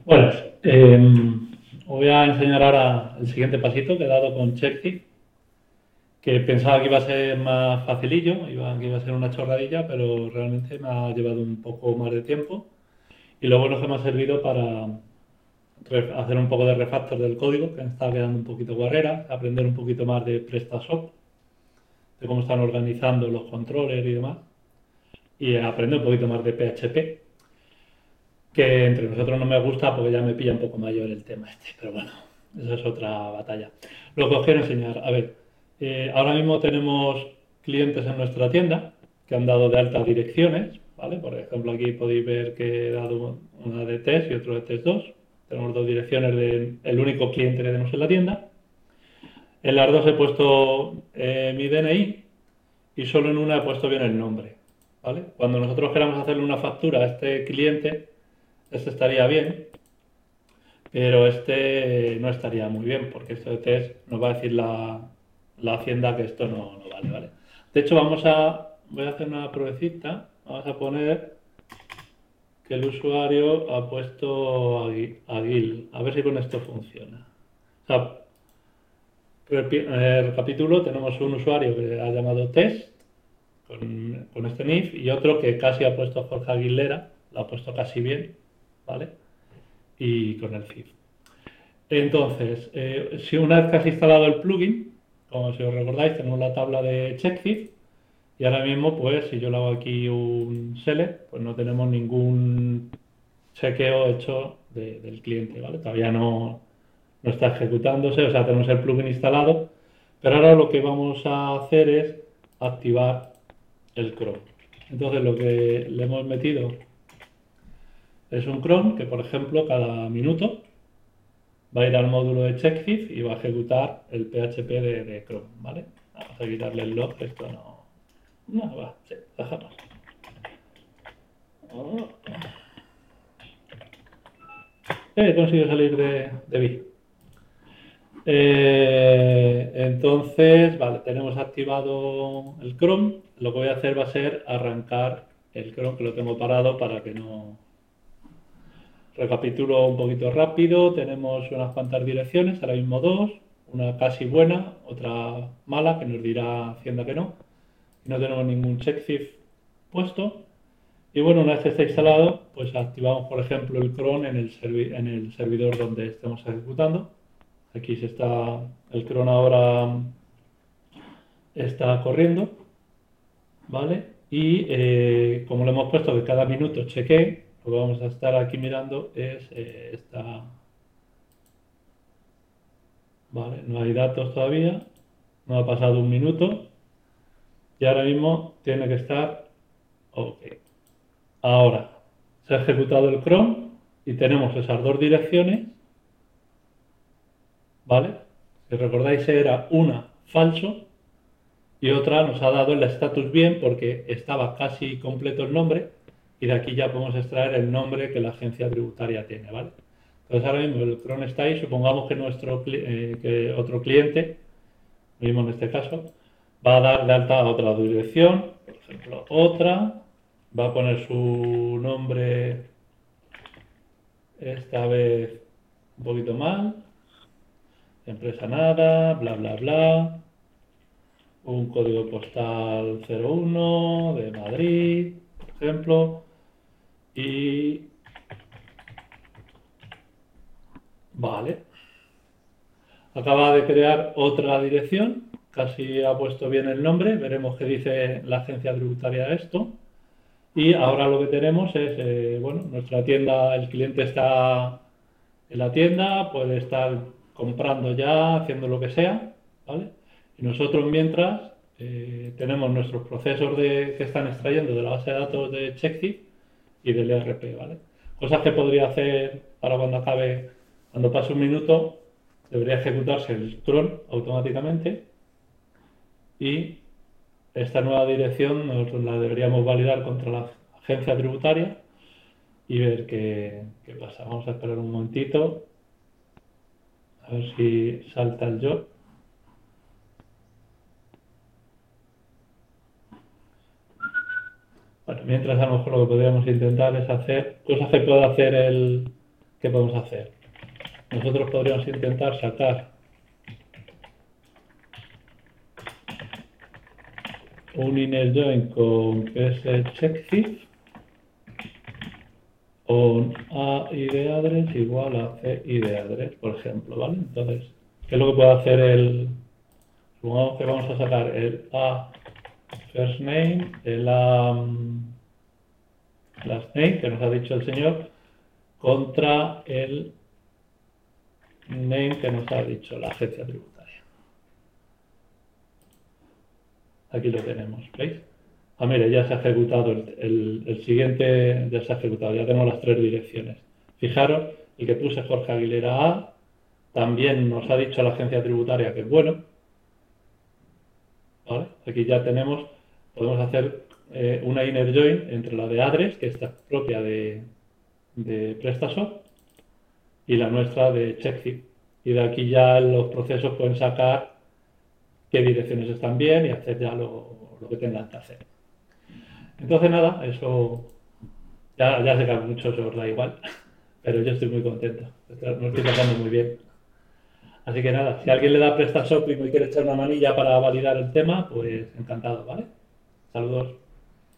Bueno, os voy a enseñar ahora el siguiente pasito que he dado con Checkfit, que pensaba que iba a ser más facilillo, que iba a ser una chorradilla, pero realmente me ha llevado un poco más de tiempo. Y lo bueno es que me ha servido para hacer un poco de refactor del código, que me estaba quedando un poquito guarrera, aprender un poquito más de PrestaShop, de cómo están organizando los controles y demás, y aprender un poquito más de PHP, que entre nosotros no me gusta porque ya me pilla un poco mayor el tema este, pero bueno, eso es otra batalla. Lo que os quiero enseñar, a ver, ahora mismo tenemos clientes en nuestra tienda que han dado de alta direcciones, ¿vale? Por ejemplo, aquí podéis ver que he dado una de test y otro de test 2. Tenemos dos direcciones del único cliente que tenemos en la tienda. En las dos he puesto mi DNI y solo en una he puesto bien el nombre, ¿vale? Cuando nosotros queramos hacerle una factura a este cliente, este estaría bien, pero este no estaría muy bien porque este test nos va a decir la Hacienda que esto no vale, ¿vale? De hecho, voy a hacer una pruebecita, vamos a poner que el usuario ha puesto Aguil, a ver si con esto funciona. O sea, recapitulo, tenemos un usuario que ha llamado test con este NIF y otro que casi ha puesto Jorge Aguilera, lo ha puesto casi bien, ¿vale? Y con el CIF. Entonces, si una vez que has instalado el plugin, como si os recordáis, tenemos la tabla de CheckCIF y ahora mismo, pues, si yo le hago aquí un select, pues no tenemos ningún chequeo hecho del cliente, ¿vale? Todavía no está ejecutándose, o sea, tenemos el plugin instalado, pero ahora lo que vamos a hacer es activar el Chrome. Entonces, lo que le hemos metido es un Chrome que, por ejemplo, cada minuto va a ir al módulo de checkdiff y va a ejecutar el PHP de Chrome, ¿vale? Vamos a quitarle el log, esto no va, sí, dejamos. He conseguido salir de B. Entonces, vale, tenemos activado el Chrome. Lo que voy a hacer va a ser arrancar el Chrome, que lo tengo parado para que no... Recapitulo un poquito rápido. Tenemos unas cuantas direcciones, ahora mismo dos. Una casi buena, otra mala, que nos dirá Hacienda que no. Y no tenemos ningún checkdiff puesto. Y bueno, una vez que está instalado, pues activamos, por ejemplo, el cron en en el servidor donde estemos ejecutando. Aquí el cron ahora está corriendo, ¿vale? Y como le hemos puesto que cada minuto chequee, lo que vamos a estar aquí mirando es ¿vale? No hay datos todavía, no ha pasado un minuto y ahora mismo tiene que estar OK. Ahora, se ha ejecutado el cron y tenemos esas dos direcciones, ¿vale? Si recordáis era una falso y otra nos ha dado el status bien porque estaba casi completo el nombre y de aquí ya podemos extraer el nombre que la agencia tributaria tiene, ¿vale? Entonces ahora mismo el cron está ahí, supongamos que que otro cliente, mismo en este caso, va a dar de alta a otra dirección, por ejemplo otra, va a poner su nombre esta vez un poquito mal, empresa nada, bla bla bla, un código postal 01 de Madrid, por ejemplo, y vale, acaba de crear otra dirección, casi ha puesto bien el nombre, veremos qué dice la agencia tributaria de esto. Y ahora lo que tenemos es, bueno, nuestra tienda, el cliente está en la tienda, puede estar comprando ya, haciendo lo que sea, ¿vale? Y nosotros mientras tenemos nuestros procesos que están extrayendo de la base de datos de CheckCIF y del ERP, ¿vale? Cosas que podría hacer ahora cuando acabe, cuando pase un minuto, debería ejecutarse el cron automáticamente y esta nueva dirección nosotros la deberíamos validar contra la agencia tributaria y ver qué pasa. Vamos a esperar un momentito a ver si salta el job. Bueno, mientras a lo mejor lo que podríamos intentar es hacer cosas que pueda hacer ¿qué podemos hacer? Nosotros podríamos intentar sacar un inner join con psCheckThief o AI de address igual a CI de address, por ejemplo, ¿vale? Entonces, ¿qué es lo que puede hacer supongamos que vamos a sacar el A first name, el A last name, que nos ha dicho el señor, contra el name que nos ha dicho la agencia tributaria. Aquí lo tenemos, ¿veis? Ah, mire, ya se ha ejecutado el siguiente, ya se ha ejecutado, ya tenemos las 3 direcciones. Fijaros, el que puse Jorge Aguilera A, también nos ha dicho la agencia tributaria que es bueno, ¿vale? Aquí ya podemos hacer una inner join entre la de address, que esta es propia de PrestaShop, y la nuestra de CheckThieves. Y de aquí ya los procesos pueden sacar qué direcciones están bien y hacer ya lo que tengan que hacer. Entonces nada, eso ya sé que a muchos os da igual, pero yo estoy muy contento. Me estoy pasando muy bien. Así que nada, si alguien le da PrestaShop y me quiere echar una manilla para validar el tema, pues encantado, ¿vale? Saludos.